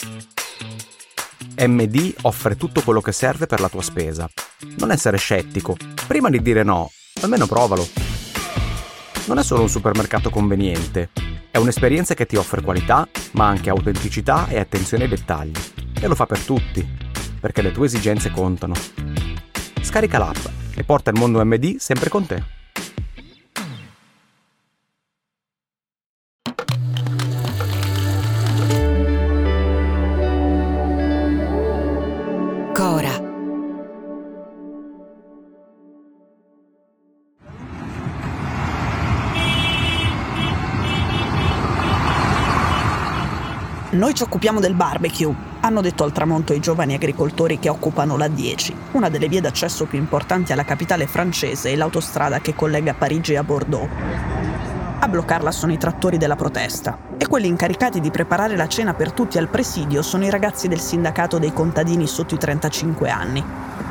MD offre tutto quello che serve per la tua spesa. Non essere scettico. Prima di dire no, almeno provalo. Non è solo un supermercato conveniente. È un'esperienza che ti offre qualità, ma anche autenticità e attenzione ai dettagli. E lo fa per tutti, perché le tue esigenze contano. Scarica l'app e porta il mondo MD sempre con te. Cora. Noi ci occupiamo del barbecue, hanno detto al tramonto i giovani agricoltori che occupano la 10, una delle vie d'accesso più importanti alla capitale francese e l'autostrada che collega Parigi a Bordeaux. A bloccarla sono i trattori della protesta e quelli incaricati di preparare la cena per tutti al presidio sono i ragazzi del sindacato dei contadini sotto i 35 anni.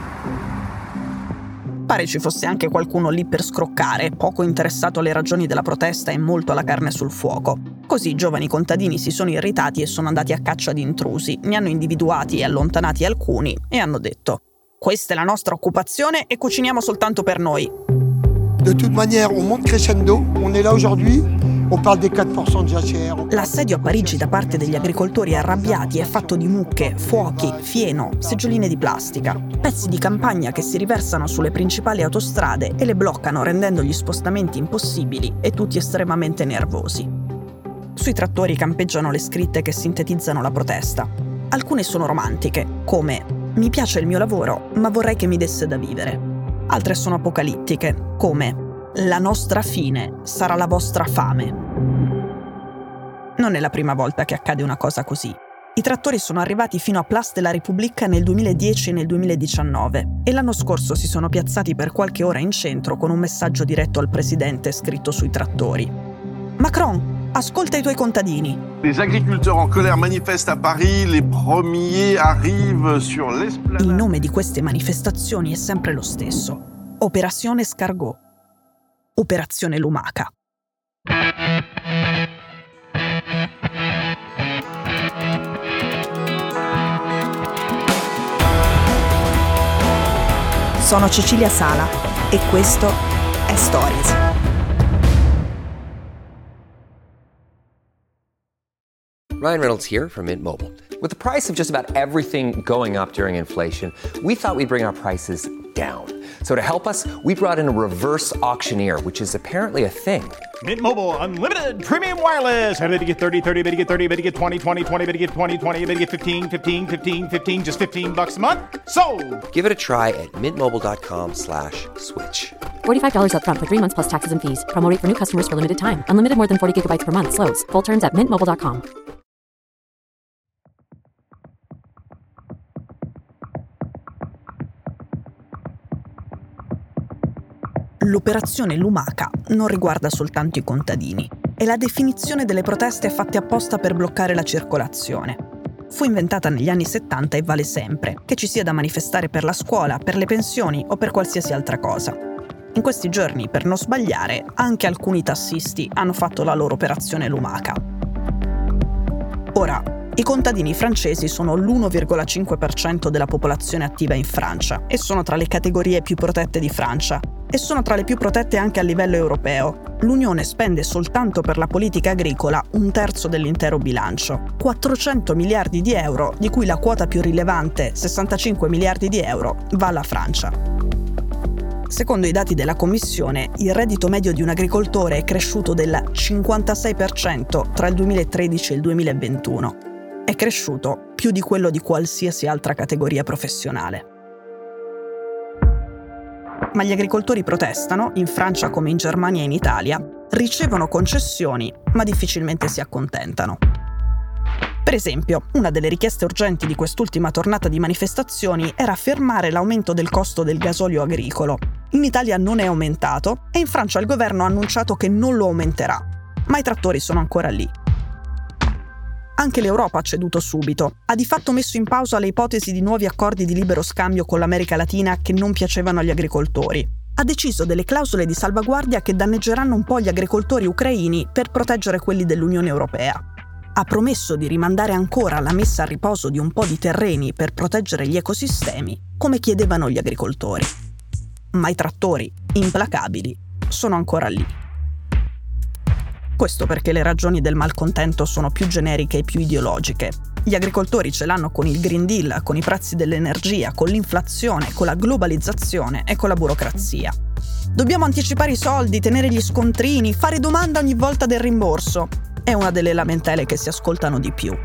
Pare ci fosse anche qualcuno lì per scroccare, poco interessato alle ragioni della protesta e molto alla carne sul fuoco. Così i giovani contadini si sono irritati e sono andati a caccia di intrusi, ne hanno individuati e allontanati alcuni e hanno detto: questa è la nostra occupazione e cuciniamo soltanto per noi. De toute manière, on monte crescendo, on est là aujourd'hui, on parle des 4% de jachère. L'assedio a Parigi da parte degli agricoltori arrabbiati è fatto di mucche, fuochi, fieno, seggioline di plastica, pezzi di campagna che si riversano sulle principali autostrade e le bloccano rendendo gli spostamenti impossibili e tutti estremamente nervosi. Sui trattori campeggiano le scritte che sintetizzano la protesta. Alcune sono romantiche, come «Mi piace il mio lavoro, ma vorrei che mi desse da vivere». Altre sono apocalittiche, come «La nostra fine sarà la vostra fame». Non è la prima volta che accade una cosa così. I trattori sono arrivati fino a Place de la République nel 2010 e nel 2019 e l'anno scorso si sono piazzati per qualche ora in centro con un messaggio diretto al presidente scritto sui trattori. Macron, ascolta i tuoi contadini. Les agriculteurs en colère manifestent à Paris, les premiers arrivent sur l'esplanade. Il nome di queste manifestazioni è sempre lo stesso: Operazione Escargot, Operazione Lumaca. Sono Cecilia Sala e questo è Stories. Ryan Reynolds here from Mint Mobile. With the price of just about everything going up during inflation, we thought we'd bring our prices down. So to help us, we brought in a reverse auctioneer, which is apparently a thing. Mint Mobile Unlimited Premium Wireless. How to get 30, 30, bit to get 30, bit to get 20, 20, 20, bit to get 20, 20, bit to get 15, 15, 15, 15, just $15 a month? Sold! Give it a try at mintmobile.com/switch. $45 up front for 3 months plus taxes and fees. Promo rate for new customers for limited time. Unlimited more than 40 gigabytes per month. Slows full terms at mintmobile.com. L'operazione Lumaca non riguarda soltanto i contadini. È la definizione delle proteste fatte apposta per bloccare la circolazione. Fu inventata negli anni 70 e vale sempre, che ci sia da manifestare per la scuola, per le pensioni o per qualsiasi altra cosa. In questi giorni, per non sbagliare, anche alcuni tassisti hanno fatto la loro operazione Lumaca. Ora, i contadini francesi sono l'1,5% della popolazione attiva in Francia e sono tra le categorie più protette di Francia e sono tra le più protette anche a livello europeo. L'Unione spende soltanto per la politica agricola 1/3 dell'intero bilancio, 400 miliardi di euro, di cui la quota più rilevante, 65 miliardi di euro, va alla Francia. Secondo i dati della Commissione, il reddito medio di un agricoltore è cresciuto del 56% tra il 2013 e il 2021. È cresciuto più di quello di qualsiasi altra categoria professionale. Ma gli agricoltori protestano, in Francia come in Germania e in Italia, ricevono concessioni, ma difficilmente si accontentano. Per esempio, una delle richieste urgenti di quest'ultima tornata di manifestazioni era fermare l'aumento del costo del gasolio agricolo. In Italia non è aumentato e in Francia il governo ha annunciato che non lo aumenterà, ma i trattori sono ancora lì. Anche l'Europa ha ceduto subito, ha di fatto messo in pausa le ipotesi di nuovi accordi di libero scambio con l'America Latina che non piacevano agli agricoltori. Ha deciso delle clausole di salvaguardia che danneggeranno un po' gli agricoltori ucraini per proteggere quelli dell'Unione Europea. ha promesso di rimandare ancora la messa a riposo di un po' di terreni per proteggere gli ecosistemi, come chiedevano gli agricoltori. Ma i trattori, implacabili, sono ancora lì. Questo perché le ragioni del malcontento sono più generiche e più ideologiche. Gli agricoltori ce l'hanno con il Green Deal, con i prezzi dell'energia, con l'inflazione, con la globalizzazione e con la burocrazia. Dobbiamo anticipare i soldi, tenere gli scontrini, fare domanda ogni volta del rimborso. È una delle lamentele che si ascoltano di più.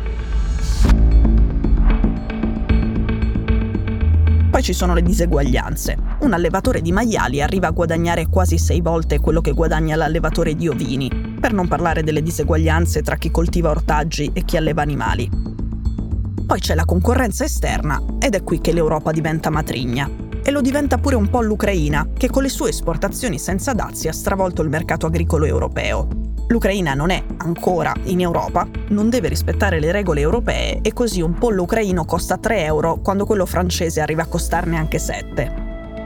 Poi ci sono le diseguaglianze. Un allevatore di maiali arriva a guadagnare quasi 6 volte quello che guadagna l'allevatore di ovini, per non parlare delle diseguaglianze tra chi coltiva ortaggi e chi alleva animali. Poi c'è la concorrenza esterna ed è qui che l'Europa diventa matrigna. E lo diventa pure un po' l'Ucraina, che con le sue esportazioni senza dazi ha stravolto il mercato agricolo europeo. L'Ucraina non è ancora in Europa, non deve rispettare le regole europee e così un pollo ucraino costa 3 euro quando quello francese arriva a costarne anche 7.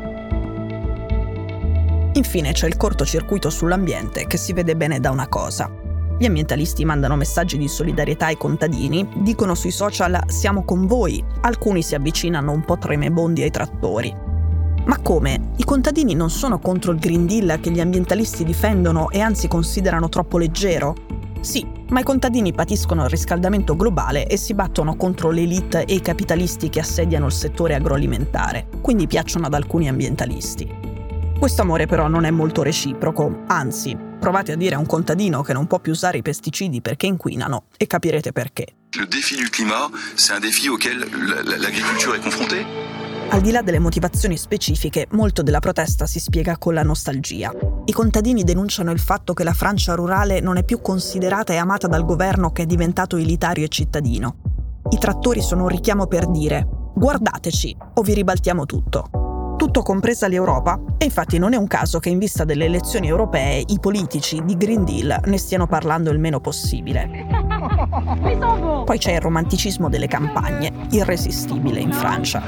Infine c'è il cortocircuito sull'ambiente che si vede bene da una cosa. Gli ambientalisti mandano messaggi di solidarietà ai contadini, dicono sui social «siamo con voi», alcuni si avvicinano un po' tremebondi ai trattori. Ma come? I contadini non sono contro il Green Deal che gli ambientalisti difendono e anzi considerano troppo leggero? Sì, ma i contadini patiscono il riscaldamento globale e si battono contro l'elite e i capitalisti che assediano il settore agroalimentare, quindi piacciono ad alcuni ambientalisti. Questo amore però non è molto reciproco, anzi, provate a dire a un contadino che non può più usare i pesticidi perché inquinano e capirete perché. Le défi du climat, c'est un défi auquel l'agriculture est confrontée. Al di là delle motivazioni specifiche, molto della protesta si spiega con la nostalgia. I contadini denunciano il fatto che la Francia rurale non è più considerata e amata dal governo che è diventato elitario e cittadino. I trattori sono un richiamo per dire «guardateci o vi ribaltiamo tutto». Tutto compresa l'Europa, e infatti non è un caso che in vista delle elezioni europee i politici di Green Deal ne stiano parlando il meno possibile. Poi c'è il romanticismo delle campagne, irresistibile in Francia.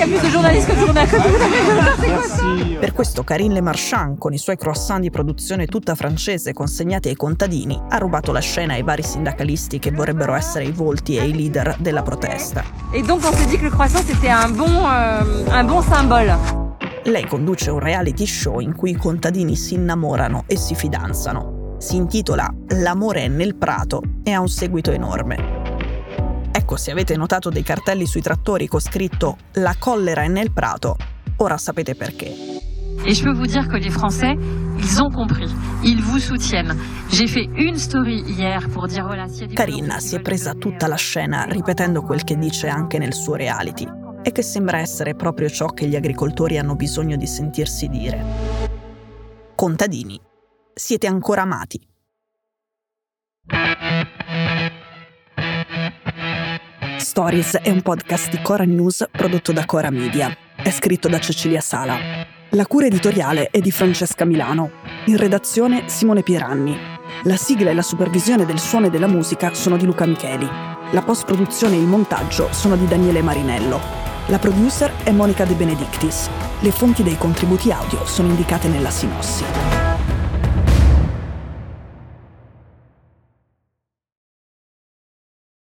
Per questo Karine Le Marchand, con i suoi croissant di produzione tutta francese consegnati ai contadini, ha rubato la scena ai vari sindacalisti che vorrebbero essere i volti e i leader della protesta. E donc on s'est dit que le croissant c'était un bon symbole. Lei conduce un reality show in cui i contadini si innamorano e si fidanzano. Si intitola L'amore è nel prato e ha un seguito enorme. Ecco, se avete notato dei cartelli sui trattori con scritto La collera è nel prato, ora sapete perché. Et je peux vous dire que les Français, ils ont compris. Ils vous soutiennent. J'ai fait une story hier pour dire voilà, s'il y a des Karine si è presa tutta la scena ripetendo quel che dice anche nel suo reality e che sembra essere proprio ciò che gli agricoltori hanno bisogno di sentirsi dire. Contadini, siete ancora amati. Stories è un podcast di Cora News prodotto da Cora Media. È scritto da Cecilia Sala. La cura editoriale è di Francesca Milano. In redazione Simone Pieranni. La sigla e la supervisione del suono e della musica sono di Luca Micheli. La post-produzione e il montaggio sono di Daniele Marinello. La producer è Monica De Benedictis. Le fonti dei contributi audio sono indicate nella sinossi.